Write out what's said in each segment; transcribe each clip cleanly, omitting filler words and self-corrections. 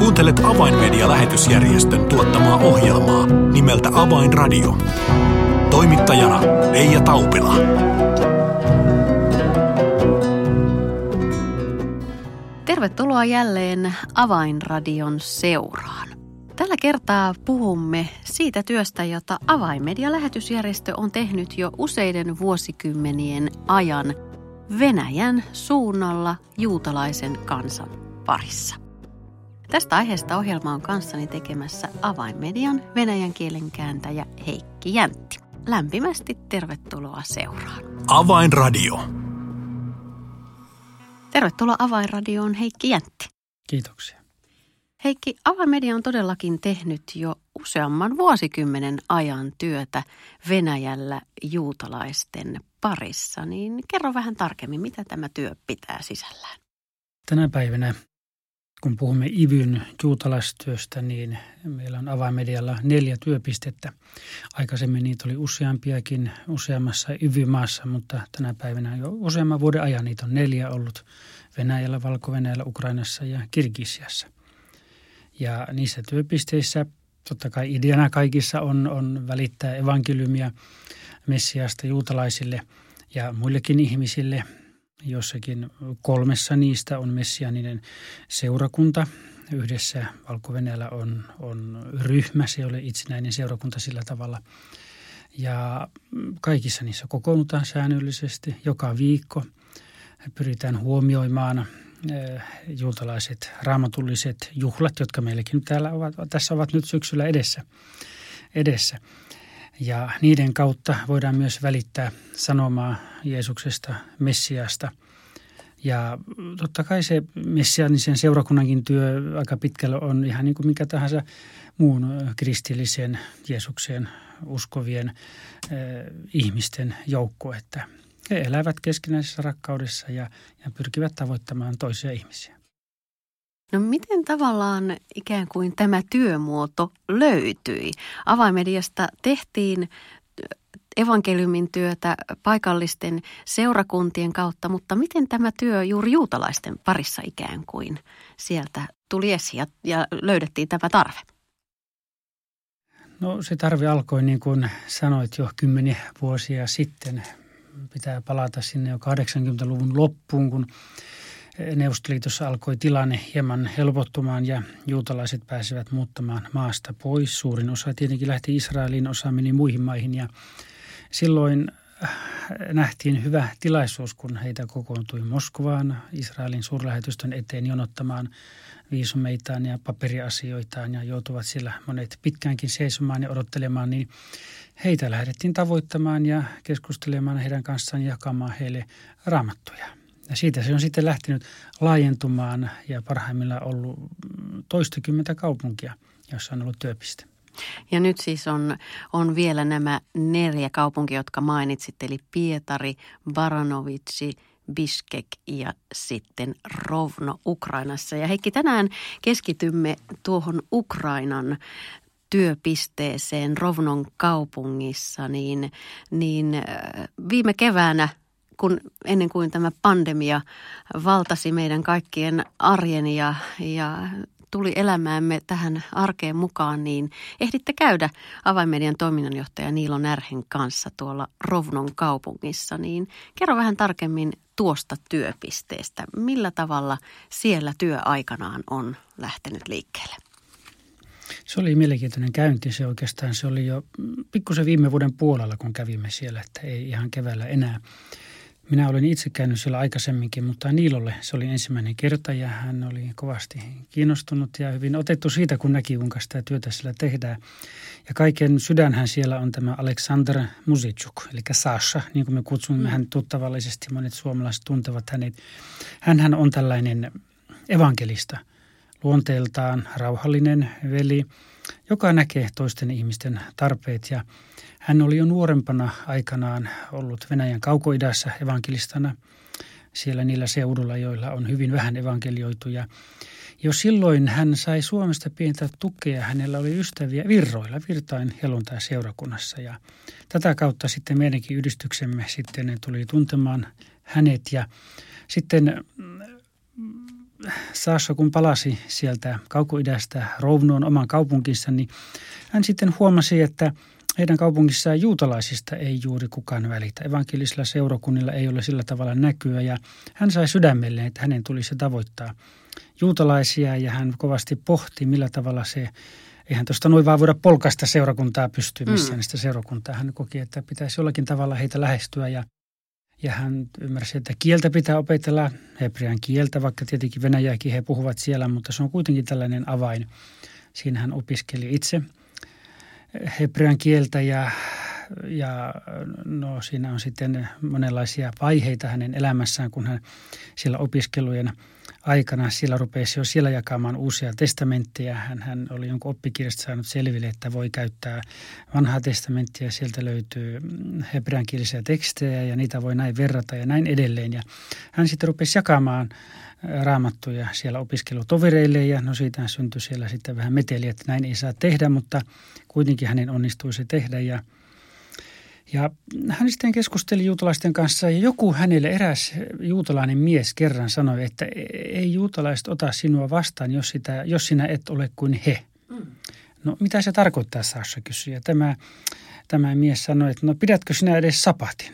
Kuuntelet Avainmedia-lähetysjärjestön tuottamaa ohjelmaa nimeltä Avainradio. Toimittajana Leija Taupila. Tervetuloa jälleen Avainradion seuraan. Tällä kertaa puhumme siitä työstä, jota Avainmedia-lähetysjärjestö on tehnyt jo useiden vuosikymmenien ajan Venäjän suunnalla juutalaisen kansan parissa. Tästä aiheesta ohjelma on kanssani tekemässä Avainmedian venäjän kielen kääntäjä Heikki Jäntti. Lämpimästi tervetuloa seuraan. Avainradio. Tervetuloa Avainradioon Heikki Jäntti. Kiitoksia. Heikki, Avainmedia on todellakin tehnyt jo useamman vuosikymmenen ajan työtä Venäjällä juutalaisten parissa. Niin kerro vähän tarkemmin, mitä tämä työ pitää sisällään. Tänä päivänä, kun puhumme IVYn juutalaistyöstä, niin meillä on Avainmedialla 4 työpistettä. Aikaisemmin niitä oli useampiakin useammassa IVY-maassa, mutta tänä päivänä jo useamman vuoden ajan niitä on 4 ollut Venäjällä, Valko-Venäjällä, Ukrainassa ja Kirgisiassa. Ja niissä työpisteissä totta kai ideana kaikissa on välittää evankeliumia Messiasta juutalaisille ja muillekin ihmisille. Jossakin 3 niistä on messianinen seurakunta. Yhdessä Valko-Venäjällä on ryhmä, se ei ole itsenäinen seurakunta sillä tavalla. Ja kaikissa niissä kokoonnutaan säännöllisesti joka viikko. Pyritään huomioimaan juutalaiset raamatulliset juhlat, jotka meilläkin tässä ovat nyt syksyllä edessä. Ja niiden kautta voidaan myös välittää sanomaa Jeesuksesta, Messiasta. Ja totta kai se messianisen seurakunnankin työ aika pitkällä on ihan niin kuin mikä tahansa muun kristillisen Jeesukseen uskovien ihmisten joukko, että he elävät keskinäisessä rakkaudessa ja pyrkivät tavoittamaan toisia ihmisiä. No miten tavallaan ikään kuin tämä työmuoto löytyi? Avainmediasta tehtiin evankeliumin työtä paikallisten seurakuntien kautta, mutta miten tämä työ juuri juutalaisten parissa ikään kuin sieltä tuli esiin ja löydettiin tämä tarve? No se tarve alkoi niin kuin sanoit jo 10 vuosia sitten. Pitää palata sinne jo 80-luvun loppuun, kun Neuvostoliitossa alkoi tilanne hieman helpottumaan ja juutalaiset pääsivät muuttamaan maasta pois. Suurin osa tietenkin lähti Israeliin, osa meni muihin maihin ja silloin nähtiin hyvä tilaisuus, kun heitä kokoontui Moskovaan Israelin suurlähetystön eteen jonottamaan viisumeitaan ja paperiasioitaan ja joutuvat siellä monet pitkäänkin seisomaan ja odottelemaan, niin heitä lähdettiin tavoittamaan ja keskustelemaan heidän kanssaan ja jakamaan heille raamattuja. Ja siitä se on sitten lähtenyt laajentumaan ja parhaimmillaan ollut toistakymmentä kaupunkia, jossa on ollut työpiste. Ja nyt siis on vielä nämä 4 kaupunkia, jotka mainitsit, eli Pietari, Baranovitsi, Biškek ja sitten Rovno Ukrainassa. Ja Heikki, tänään keskitymme tuohon Ukrainan työpisteeseen Rovnon kaupungissa, niin viime keväänä, ennen kuin tämä pandemia valtasi meidän kaikkien arjen ja tuli elämäämme tähän arkeen mukaan, niin ehditte käydä Avainmedian toiminnanjohtaja Niilo Närhen kanssa tuolla Rovnon kaupungissa. Niin kerro vähän tarkemmin tuosta työpisteestä. Millä tavalla siellä työaikanaan on lähtenyt liikkeelle? Se oli mielenkiintoinen käynti. Se oli jo pikkusen viime vuoden puolella, kun kävimme siellä, että ei ihan keväällä enää. Minä olin itse käynyt siellä aikaisemminkin, mutta Niilolle se oli ensimmäinen kerta ja hän oli kovasti kiinnostunut ja hyvin otettu siitä, kun näki, kuinka sitä työtä siellä tehdään. Ja kaiken sydänhän siellä on tämä Aleksandr Muzijczuk, eli Sasha, niin kuin me kutsumme hän tuttavallisesti, monet suomalaiset tuntevat hänet. Hänhän on tällainen evankelista, luonteeltaan rauhallinen veli, joka näkee toisten ihmisten tarpeet ja hän oli jo nuorempana aikanaan ollut Venäjän kaukoidässä evankelistana siellä niillä seudulla, joilla on hyvin vähän evankelioitu. Ja jo silloin hän sai Suomesta pientä tukea. Hänellä oli ystäviä Virtain helluntai-seurakunnassa. Ja tätä kautta sitten meidänkin yhdistyksemme sitten tuli tuntemaan hänet. Ja sitten Saša kun palasi sieltä Kauko-idästä Rovnoon oman kaupunkinsa, niin hän sitten huomasi, että heidän kaupungissaan juutalaisista ei juuri kukaan välitä. Evankelisilla seurakunnilla ei ole sillä tavalla näkyä ja hän sai sydämelleen, että hänen tulisi tavoittaa juutalaisia ja hän kovasti pohti, millä tavalla se, eihän tuosta noin vaan voida polkaista seurakuntaa pystyy missään sitä seurakuntaa. Hän koki, että pitäisi jollakin tavalla heitä lähestyä ja hän ymmärsi, että kieltä pitää opetella, hebrean kieltä, vaikka tietenkin venäjääkin he puhuvat siellä, mutta se on kuitenkin tällainen avain. Siinä hän opiskeli itse hebrean kieltä ja no siinä on sitten monenlaisia vaiheita hänen elämässään, kun hän siellä opiskelujen aikana siellä rupesi jo siellä jakamaan uusia testamentteja. Hän oli jonkun oppikirjasta saanut selville, että voi käyttää vanhaa testamenttia. Sieltä löytyy hebreankielisiä tekstejä ja niitä voi näin verrata ja näin edelleen. Ja hän sitten rupesi jakamaan raamattuja siellä opiskelutovereille ja no siitä syntyi siellä sitten vähän meteli, että näin ei saa tehdä, mutta kuitenkin hänen onnistuisi tehdä ja hän sitten keskusteli juutalaisten kanssa ja joku hänelle eräs juutalainen mies kerran sanoi, että ei juutalaiset ota sinua vastaan, jos sinä et ole kuin he. No mitä se tarkoittaa, Saša kysyi. Ja tämä mies sanoi, että no pidätkö sinä edes sapatin?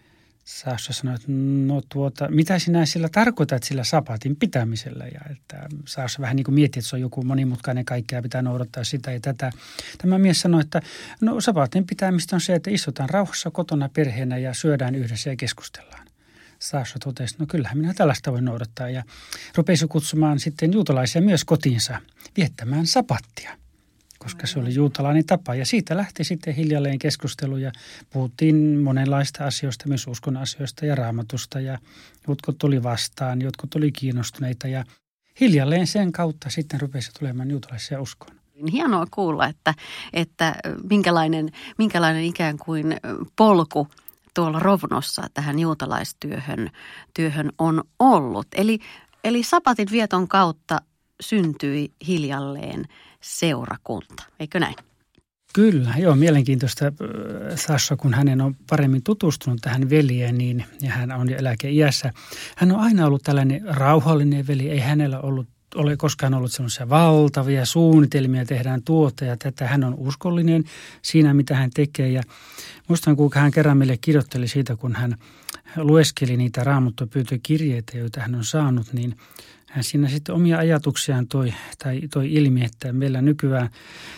Saša sanoi, että no mitä sinä sillä tarkoitat sillä sapatin pitämisellä? Ja että Saša vähän niin kuin mietti, että se on joku monimutkainen kaikkea, pitää noudattaa sitä ja tätä. Tämä mies sanoi, että no sapatin pitämistä on se, että istutaan rauhassa kotona perheenä ja syödään yhdessä ja keskustellaan. Saša totesi, no kyllähän minä tällaista voi noudattaa ja rupesi kutsumaan sitten juutalaisia myös kotiinsa viettämään sapattia. Koska se oli juutalainen tapa. Ja siitä lähti sitten hiljalleen keskustelu ja puhuttiin monenlaista asioista, myös uskon asioista ja raamatusta. Ja jotkut tuli vastaan, jotkut tuli kiinnostuneita ja hiljalleen sen kautta sitten rupesi tulemaan juutalaisia uskoon. Hienoa kuulla, että minkälainen ikään kuin polku tuolla Rovnossa tähän juutalaistyöhön on ollut. Eli sapatin vieton kautta syntyi hiljalleen seurakunta, eikö näin? Kyllä, joo, mielenkiintoista Saša, kun hänen on paremmin tutustunut tähän veljeen, niin, ja hän on jo eläkeiässä. Hän on aina ollut tällainen rauhallinen veli, ei hänellä ole koskaan ollut sellaisia valtavia suunnitelmia, tehdään tuota ja tätä. Hän on uskollinen siinä, mitä hän tekee ja muistan, kuinka hän kerran meille kirjoitteli siitä, kun hän lueskeli niitä raamattopyyntökirjeitä, joita hän on saanut, niin hän siinä sitten omia ajatuksiaan toi ilmi, että meillä nykyään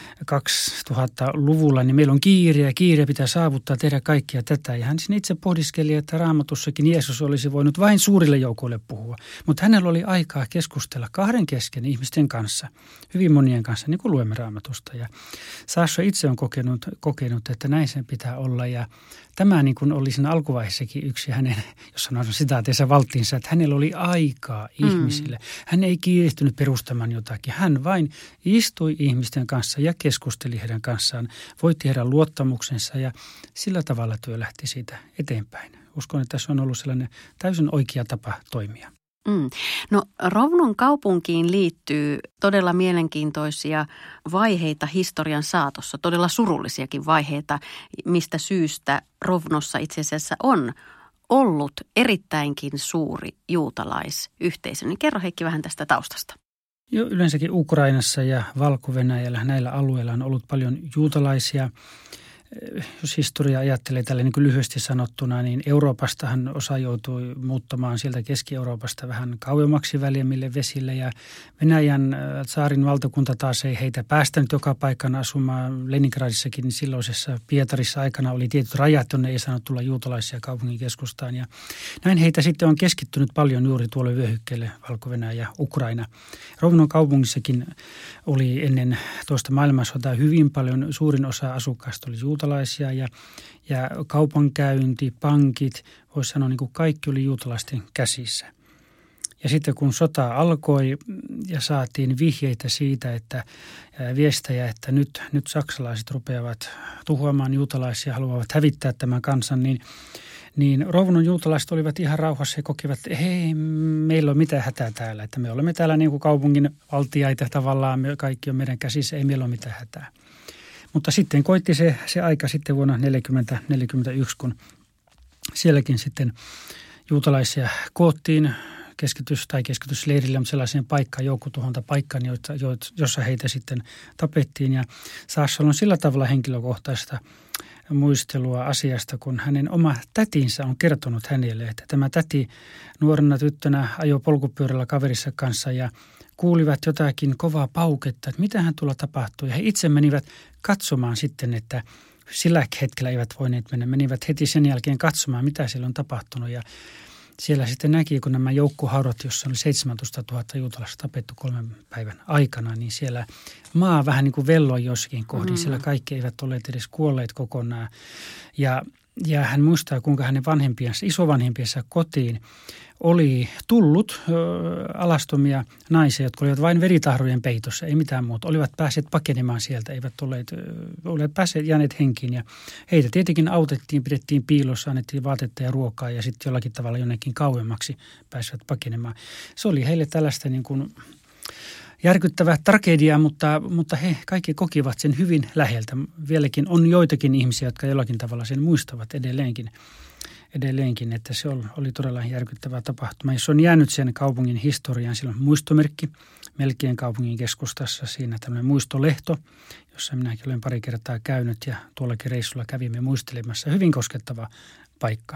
2000-luvulla, niin meillä on kiire pitää saavuttaa, tehdä kaikkia tätä. Ja hän siinä itse pohdiskeli, että Raamatussakin Jeesus olisi voinut vain suurille joukoille puhua. Mutta hänellä oli aikaa keskustella kahden kesken ihmisten kanssa, hyvin monien kanssa, niin kuin luemme Raamatusta. Ja Saša itse on kokenut, että näin sen pitää olla. Ja tämä niin kuin oli siinä alkuvaiheessakin yksi hänen, jos sanon sitaateissa valttiinsa, että hänellä oli aikaa ihmisille. Hän ei kiirehtynyt perustamaan jotakin. Hän vain istui ihmisten kanssa ja keskusteli heidän kanssaan, voitti heidän luottamuksensa ja sillä tavalla työ lähti siitä eteenpäin. Uskon, että se on ollut sellainen täysin oikea tapa toimia. No Rovnon kaupunkiin liittyy todella mielenkiintoisia vaiheita historian saatossa, todella surullisiakin vaiheita, mistä syystä Rovnossa itse asiassa on ollut erittäinkin suuri juutalaisyhteisö. Niin kerro Heikki vähän tästä taustasta. Jo yleensäkin Ukrainassa ja Valko-Venäjällä näillä alueilla on ollut paljon juutalaisia. Jos historia ajattelee tälle niin kuin lyhyesti sanottuna, niin Euroopastahan osa joutui muuttamaan sieltä Keski-Euroopasta vähän kauemmaksi väljemmille vesille ja Venäjän tsaarin valtakunta taas ei heitä päästänyt joka paikkaan asumaan. Leningradissakin niin silloisessa Pietarissa aikana oli tietyt rajat, jonne ei saanut tulla juutalaisia kaupungin keskustaan ja näin heitä sitten on keskittynyt paljon juuri tuolle vyöhykkeelle Valko-Venäjä ja Ukraina. Rovnon kaupungissakin oli ennen toista maailmansotaa hyvin paljon, suurin osa asukkaista oli juutalaisia ja kaupankäynti, pankit, voisi sanoa niin kuin kaikki oli juutalaisten käsissä. Ja sitten kun sota alkoi ja saatiin vihjeitä siitä, että viestejä, että nyt saksalaiset rupeavat tuhoamaan juutalaisia, haluavat hävittää tämän kansan, niin Rovnon juutalaiset olivat ihan rauhassa ja kokivat, että hei, meillä on mitään hätää täällä. Että me olemme täällä niin kuin kaupungin valtiaita tavallaan, kaikki on meidän käsissä, ei meillä ole mitään hätää. Mutta sitten koitti se aika sitten vuonna 1941, kun sielläkin sitten juutalaisia koottiin keskitysleirille, mutta sellaiseen paikkaan, joukkotuhontapaikkaan, jossa heitä sitten tapettiin. Ja Saashalla on sillä tavalla henkilökohtaista muistelua asiasta, kun hänen oma tätinsä on kertonut hänelle, että tämä täti nuorena tyttönä ajoi polkupyörällä kaverissa kanssa ja kuulivat jotakin kovaa pauketta, että mitähän tuolla tapahtuu. Ja he itse menivät katsomaan sitten, että sillä hetkellä eivät voineet mennä. Menivät heti sen jälkeen katsomaan, mitä siellä on tapahtunut. Ja siellä sitten näki, kun nämä joukkohaudat, jossa oli 17 000 juutalaista tapettu 3 päivän aikana, niin siellä maa vähän niin kuin velloi jossakin kohdin. Siellä kaikki eivät olleet edes kuolleet kokonaan. Ja hän muistaa, kuinka hänen isovanhempiensa kotiin oli tullut alastomia naisia, jotka olivat vain veritahrojen peitossa, ei mitään muuta. Olivat päässeet pakenemaan sieltä, eivät olleet päässeet jääneet henkiin. Ja heitä tietenkin autettiin, pidettiin piilossa, annettiin vaatetta ja ruokaa ja sitten jollakin tavalla jonnekin kauemmaksi pääsivät pakenemaan. Se oli heille tällaista niin kuin järkyttävää tragediaa, mutta he kaikki kokivat sen hyvin läheltä. Vieläkin on joitakin ihmisiä, jotka jollakin tavalla sen muistavat edelleenkin, että se oli todella järkyttävä tapahtuma. Ja se on jäänyt sen kaupungin historiaan. Siellä on muistomerkki Melkien kaupungin keskustassa. Siinä tämmöinen muistolehto, jossa minäkin olen pari kertaa käynyt ja tuollakin reissulla kävimme muistelemassa. Hyvin koskettava paikka.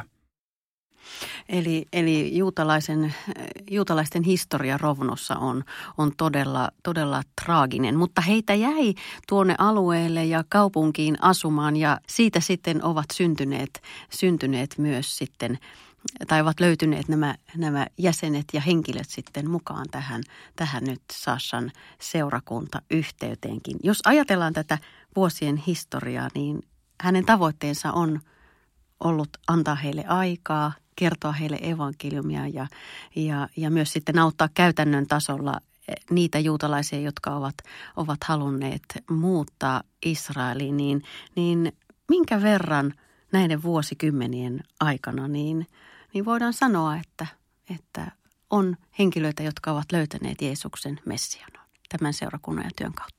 Eli juutalaisten historia Rovnossa on todella traaginen, mutta heitä jäi tuonne alueelle ja kaupunkiin asumaan ja siitä sitten ovat syntyneet myös sitten, tai ovat löytyneet nämä jäsenet ja henkilöt sitten mukaan tähän nyt Saashan seurakuntayhteyteenkin. Jos ajatellaan tätä vuosien historiaa, niin hänen tavoitteensa on ollut antaa heille aikaa, kertoa heille evankeliumia ja myös sitten auttaa käytännön tasolla niitä juutalaisia, jotka ovat halunneet muuttaa Israeliin, niin minkä verran näiden vuosikymmenien aikana niin voidaan sanoa, että on henkilöitä, jotka ovat löytäneet Jeesuksen Messiana tämän seurakunnan ja työn kautta.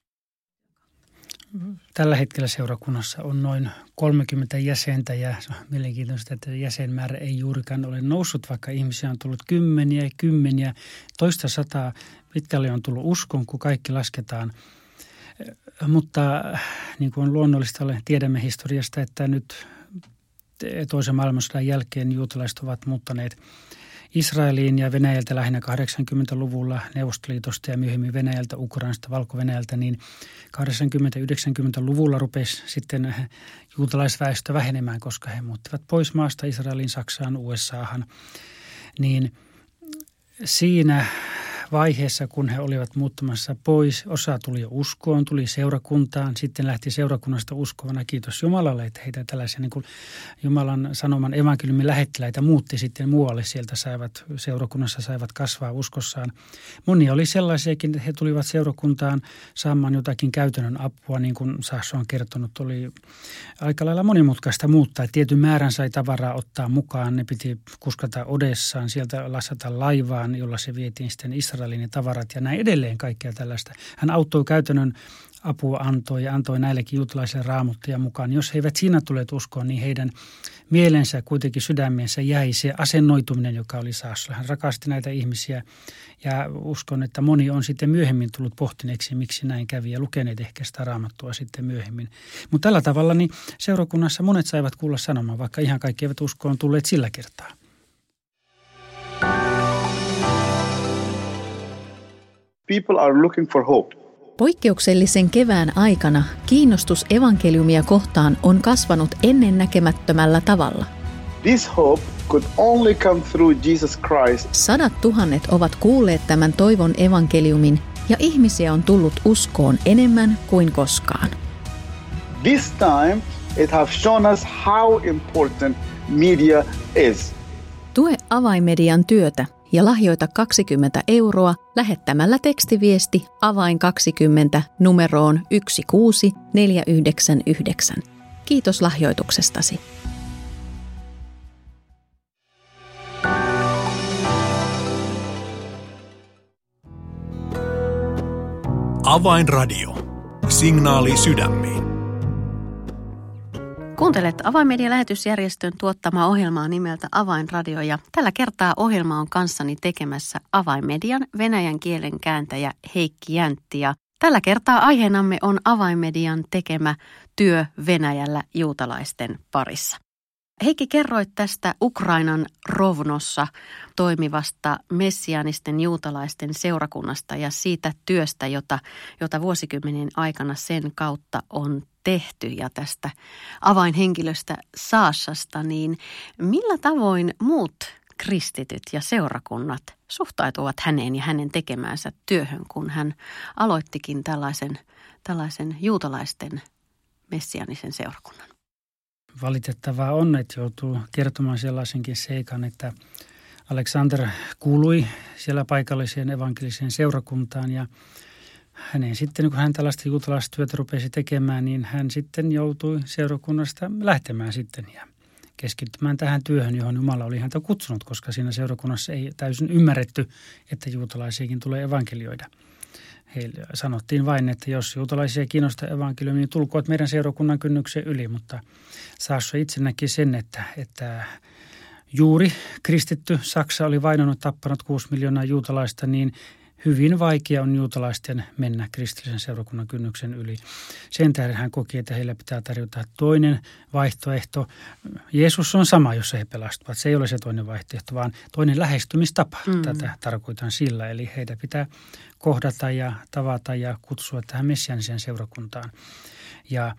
Tällä hetkellä seurakunnassa on noin 30 jäsentä ja se on mielenkiintoista, että jäsenmäärä ei juurikaan ole noussut, vaikka ihmisiä on tullut kymmeniä, toista sataa. Pitkälle on tullut uskon, kun kaikki lasketaan. Mutta niin kuin on luonnollista, tiedämme historiasta, että nyt toisen maailmansodan jälkeen juutalaiset ovat muuttaneet Israeliin ja Venäjältä lähinnä 80-luvulla Neuvostoliitosta ja myöhemmin Venäjältä, Ukrainasta, Valko-Venäjältä, niin 80-90-luvulla rupesi sitten juutalaisväestö vähenemään, koska he muuttivat pois maasta Israeliin, Saksaan, USAhan. Niin siinä vaiheessa, kun he olivat muuttamassa pois, osa tuli jo uskoon, tuli seurakuntaan, sitten lähti seurakunnasta uskovana. Kiitos Jumalalle, että heitä tällaisia niin kuin Jumalan sanoman evankeliumin lähettiläitä muutti sitten muualle. Sieltä seurakunnassa saivat kasvaa uskossaan. Monia oli sellaisiakin, että he tulivat seurakuntaan saamaan jotakin käytännön apua, niin kuin Saasho on kertonut. Oli aika lailla monimutkaista muuttaa. Tietyn määrän sai tavaraa ottaa mukaan. Ne piti kuskata Odessaan, sieltä lassata laivaan, jolla se vietiin sitten Israeliin ne tavarat ja näin edelleen kaikkea tällaista. Hän auttoi käytännön apua antoi näillekin juutalaisille raamuttuja mukaan. Jos he eivät siinä tulleet uskoon, niin heidän mielensä kuitenkin sydämensä jäi se asennoituminen, joka oli Saasholla. Hän rakasti näitä ihmisiä ja uskon, että moni on sitten myöhemmin tullut pohtineeksi, miksi näin kävi ja lukeneet ehkä sitä raamattua sitten myöhemmin. Mutta tällä tavalla niin seurakunnassa monet saivat kuulla sanomaan, vaikka ihan kaikki eivät uskoon tulleet sillä kertaa. People are looking for hope. Poikkeuksellisen kevään aikana kiinnostus evankeliumia kohtaan on kasvanut ennennäkemättömällä tavalla. This hope could only come through Jesus Christ. 100 000 ovat kuulleet tämän toivon evankeliumin ja ihmisiä on tullut uskoon enemmän kuin koskaan. This time it has shown us how important media is. Tue Avainmedian työtä ja lahjoita 20 € lähettämällä tekstiviesti avain20 numeroon 16499. Kiitos lahjoituksestasi. Avainradio. Signaali sydämiin. Kuuntelet Avainmedia-lähetysjärjestön tuottamaa ohjelmaa nimeltä Avainradio ja tällä kertaa ohjelma on kanssani tekemässä Avainmedian venäjän kielen kääntäjä Heikki Jäntti ja tällä kertaa aiheenamme on Avainmedian tekemä työ Venäjällä juutalaisten parissa. Heikki, kerroit tästä Ukrainan Rovnossa toimivasta messiaanisten juutalaisten seurakunnasta ja siitä työstä, jota vuosikymmenien aikana sen kautta on tehty ja tästä avainhenkilöstä Saashasta, niin millä tavoin muut kristityt ja seurakunnat suhtautuvat häneen ja hänen tekemäänsä työhön, kun hän aloittikin tällaisen juutalaisten messiaanisen seurakunnan? Valitettavaa on, että joutuu kertomaan sellaisenkin seikan, että Aleksander kuului siellä paikalliseen evankeliseen seurakuntaan ja hänen sitten, kun hän tällaista juutalaistyötä rupesi tekemään, niin hän sitten joutui seurakunnasta lähtemään sitten ja keskittymään tähän työhön, johon Jumala oli häntä kutsunut, koska siinä seurakunnassa ei täysin ymmärretty, että juutalaisiakin tulee evankelioida. Heille sanottiin vain, että jos juutalaisia kiinnostaa evankeliumi, niin tulkoot meidän seurakunnan kynnyksen yli, mutta Saasho itse näki sen, että juuri kristitty Saksa oli vainonnut, tappanut 6 miljoonaa juutalaista, niin hyvin vaikea on juutalaisten mennä kristillisen seurakunnan kynnyksen yli. Sen tähden hän koki, että heille pitää tarjota toinen vaihtoehto. Jeesus on sama, jos he pelastuvat. Se ei ole se toinen vaihtoehto, vaan toinen lähestymistapa. Tätä tarkoitan sillä. Eli heitä pitää kohdata ja tavata ja kutsua tähän messiaaniseen seurakuntaan. Ja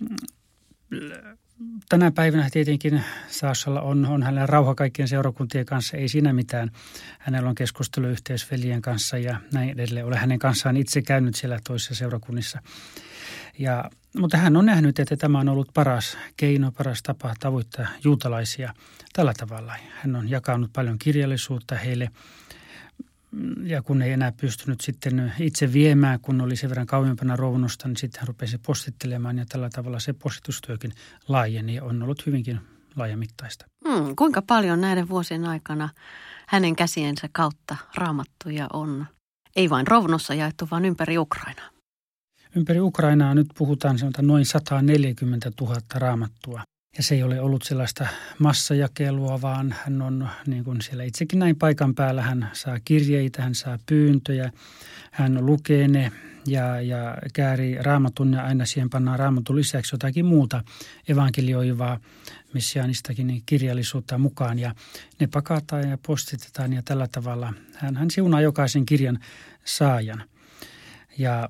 tänä päivänä tietenkin Saashalla on hänellä rauha kaikkien seurakuntien kanssa, ei siinä mitään. Hänellä on keskusteluyhteys veljen kanssa ja näin edelleen. Olen hänen kanssaan itse käynyt siellä toisissa seurakunnissa. Mutta hän on nähnyt, että tämä on ollut paras keino, paras tapa tavoittaa juutalaisia tällä tavalla. Hän on jakanut paljon kirjallisuutta heille ja kun ei enää pystynyt sitten itse viemään, kun oli sen verran kauempana Rovnosta, niin sitten hän rupesi postittelemaan ja tällä tavalla se postitustyökin laajeni ja on ollut hyvinkin laajamittaista. Kuinka paljon näiden vuosien aikana hänen käsiensä kautta raamattuja on ei vain Rovnossa jaettu, vaan ympäri Ukrainaa? Ympäri Ukrainaa nyt puhutaan noin 140 000 raamattua. Ja se ei ole ollut sellaista massajakelua, vaan hän on niin kuin siellä itsekin näin paikan päällä. Hän saa kirjeitä, hän saa pyyntöjä, hän lukee ne ja käärii raamatun ja aina siihen pannaan raamatun lisäksi jotakin muuta evankelioivaa messiaanistakin kirjallisuutta mukaan. Ja ne pakataan ja postitetaan ja tällä tavalla hän siunaa jokaisen kirjan saajan. Ja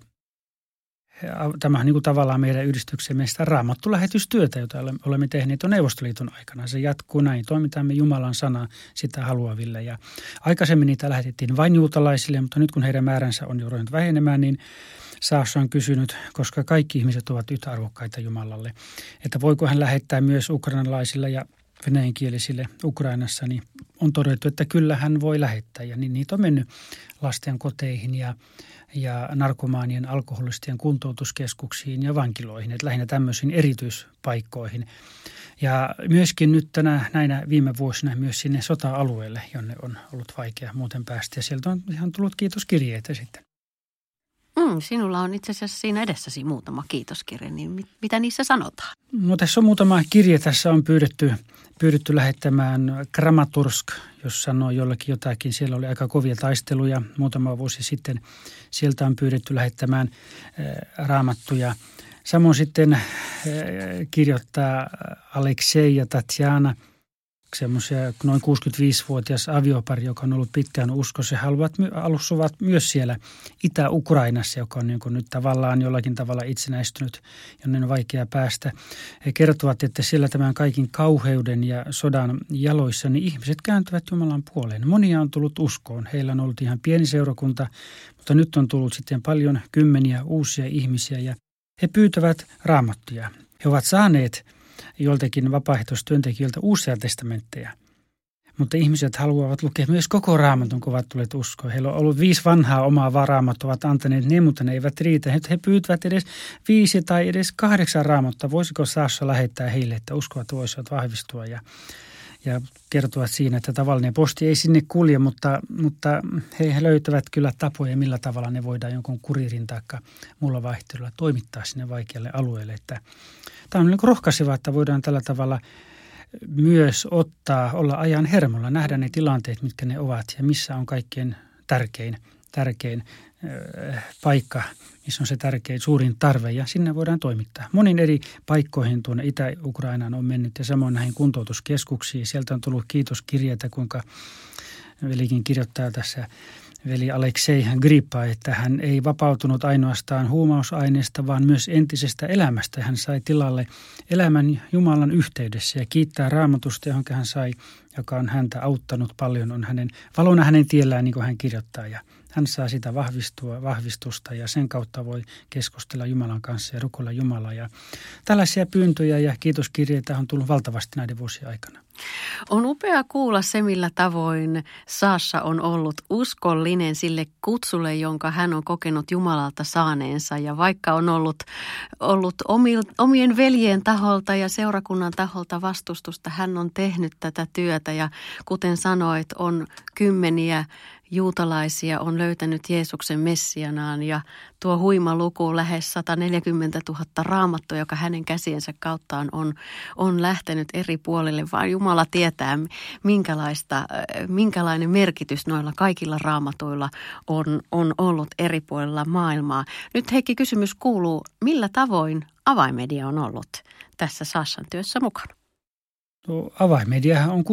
tämä on niin kuin tavallaan meidän yhdistyksemme sitä raamattulähetystyötä, jota olemme tehneet jo Neuvostoliiton aikana. Se jatkuu näin. Toimitamme Jumalan sanaa sitä haluaville. Ja aikaisemmin niitä lähetettiin vain juutalaisille, mutta nyt kun heidän määränsä on jo ruvennut vähenemään, niin Saasho on kysynyt, koska kaikki ihmiset ovat yhtä arvokkaita Jumalalle, että voiko hän lähettää myös ukrainalaisille ja venäjänkielisille Ukrainassa, niin on todettu, että kyllä hän voi lähettää. Ja niin niitä on mennyt lasten koteihin ja narkomaanien, alkoholistien kuntoutuskeskuksiin ja vankiloihin, että lähinnä tämmöisiin erityispaikkoihin. Ja myöskin nyt näinä viime vuosina myös sinne sota-alueelle, jonne on ollut vaikea muuten päästä. Ja sieltä on ihan tullut kiitoskirjeitä sitten. Sinulla on itse asiassa siinä edessäsi muutama kiitoskirje, niin mitä niissä sanotaan? No tässä on muutama kirje. Tässä on pyydetty lähettämään Kramatorsk, jos sanoo jollakin jotakin. Siellä oli aika kovia taisteluja muutama vuosi sitten. Sieltä on pyydetty lähettämään raamattuja. Samoin sitten kirjoittaa Aleksei ja Tatjana, semmoisia noin 65-vuotias aviopari, joka on ollut pitkään uskossa. He alussuvat myös siellä Itä-Ukrainassa, joka on niin kuin nyt tavallaan jollakin tavalla itsenäistynyt, jonne on vaikea päästä. He kertovat, että siellä tämän kaikin kauheuden ja sodan jaloissa, niin ihmiset kääntyvät Jumalan puoleen. Monia on tullut uskoon. Heillä on ollut ihan pieni seurakunta, mutta nyt on tullut sitten paljon kymmeniä uusia ihmisiä ja he pyytävät raamattuja. He ovat saaneet joiltakin vapaaehtoistyöntekijöiltä uusia testamentteja. Mutta ihmiset haluavat lukea myös koko raamatun, kun ovat tulleet uskoon. Heillä on ollut 5 vanhaa omaa raamattua, ovat antaneet ne, mutta ne eivät riitä. He pyytävät edes 5 tai edes 8 raamattua. Voisiko Saasho lähettää heille, että uskovat voisivat vahvistua. ja kertovat siinä, että tavallinen posti ei sinne kulje, mutta he löytävät kyllä tapoja, millä tavalla ne voidaan jonkun kuriirin tai muulla vaihtelulla toimittaa sinne vaikealle alueelle. Että tämä on niin rohkaisevaa, että voidaan tällä tavalla myös olla ajan hermolla, nähdä ne tilanteet, mitkä ne ovat ja missä on kaikkein tärkein paikka, missä on se tärkein suurin tarve ja sinne voidaan toimittaa. Monin eri paikkoihin tuonne Itä-Ukrainaan on mennyt ja samoin näihin kuntoutuskeskuksiin. Sieltä on tullut kiitoskirjeitä, kuinka velikin kirjoittaa tässä veli Aleksei Gripa, että hän ei vapautunut ainoastaan huumausaineesta, vaan myös entisestä elämästä. Hän sai tilalle elämän Jumalan yhteydessä ja kiittää Raamatusta, johon hän sai, joka on häntä auttanut paljon, on hänen valona hänen tiellään, niin kuin hän kirjoittaa. Ja hän saa sitä vahvistusta ja sen kautta voi keskustella Jumalan kanssa ja rukoilla Jumalaa. Ja tällaisia pyyntöjä ja kiitoskirjeitä on tullut valtavasti näiden vuosien aikana. On upea kuulla se, millä tavoin Sasha on ollut uskollinen sille kutsulle, jonka hän on kokenut Jumalalta saaneensa. Ja vaikka on ollut omien veljien taholta ja seurakunnan taholta vastustusta, hän on tehnyt tätä työtä. Ja kuten sanoit, on kymmeniä juutalaisia on löytänyt Jeesuksen Messianaan ja tuo huima luku lähes 140 000 raamattua, joka hänen käsiensä kauttaan on lähtenyt eri puolille, vaan Jumala tietää, minkälainen merkitys noilla kaikilla raamatuilla on ollut eri puolilla maailmaa. Nyt Heikki, kysymys kuuluu, millä tavoin Avainmedia on ollut tässä Sashan työssä mukana? Avainmediahan on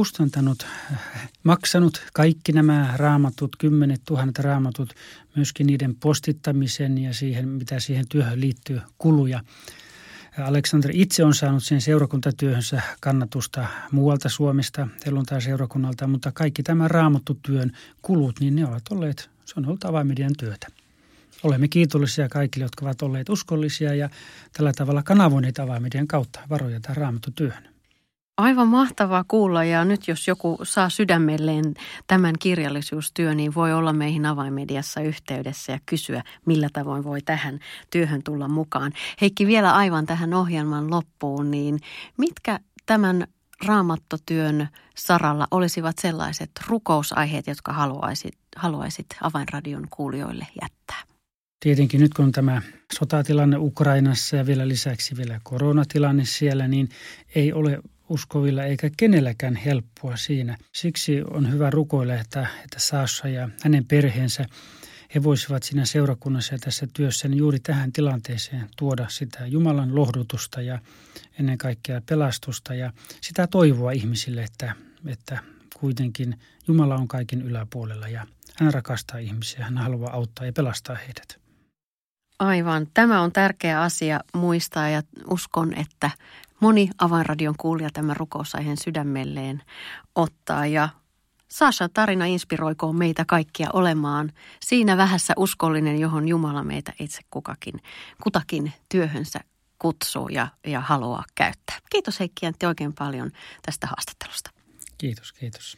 maksanut kaikki nämä raamatut, 10 000 raamatut, myöskin niiden postittamisen ja siihen, mitä siihen työhön liittyy, kuluja. Aleksander itse on saanut sen seurakuntatyöhönsä kannatusta muualta Suomesta, helluntai-seurakunnalta, mutta kaikki tämän raamattutyön kulut, niin ne ovat olleet, se on ollut Avainmedian työtä. Olemme kiitollisia kaikille, jotka ovat olleet uskollisia ja tällä tavalla kanavoineet Avainmedian kautta varoja tähän raamattutyöhön. Aivan mahtavaa kuulla ja nyt jos joku saa sydämelleen tämän kirjallisuustyön, niin voi olla meihin Avainmediassa yhteydessä ja kysyä, millä tavoin voi tähän työhön tulla mukaan. Heikki, vielä aivan tähän ohjelman loppuun, niin mitkä tämän raamattotyön saralla olisivat sellaiset rukousaiheet, jotka haluaisit Avainradion kuulijoille jättää? Tietenkin nyt kun on tämä sotatilanne Ukrainassa ja vielä lisäksi vielä koronatilanne siellä, niin ei ole uskovilla eikä kenelläkään helppoa siinä. Siksi on hyvä rukoilla, että Sasha ja hänen perheensä, he voisivat siinä seurakunnassa ja tässä työssä niin juuri tähän tilanteeseen tuoda sitä Jumalan lohdutusta ja ennen kaikkea pelastusta ja sitä toivoa ihmisille, että kuitenkin Jumala on kaiken yläpuolella ja hän rakastaa ihmisiä, hän haluaa auttaa ja pelastaa heidät. Aivan. Tämä on tärkeä asia muistaa ja uskon, että moni Avainradion kuulija tämän rukousaiheen sydämelleen ottaa ja Sashan tarina inspiroikoon meitä kaikkia olemaan siinä vähässä uskollinen, johon Jumala meitä itse kutakin työhönsä kutsuu ja haluaa käyttää. Kiitos Heikki Jäntti oikein paljon tästä haastattelusta. Kiitos.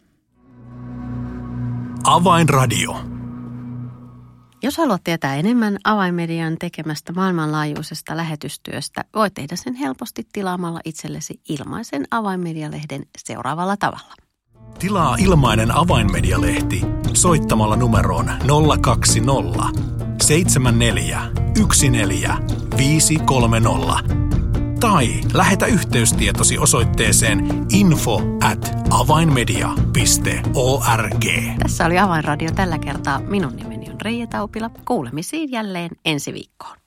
Avainradio. Jos haluat tietää enemmän Avainmedian tekemästä maailmanlaajuisesta lähetystyöstä, voit tehdä sen helposti tilaamalla itsellesi ilmaisen Avainmedia-lehden seuraavalla tavalla. Tilaa ilmainen Avainmedia-lehti soittamalla numeroon 020 74 14 530 tai lähetä yhteystietosi osoitteeseen info@avainmedia.org. Tässä oli Avainradio tällä kertaa. Minun nimeni on Reija Taupila. Kuulemisiin jälleen ensi viikkoon.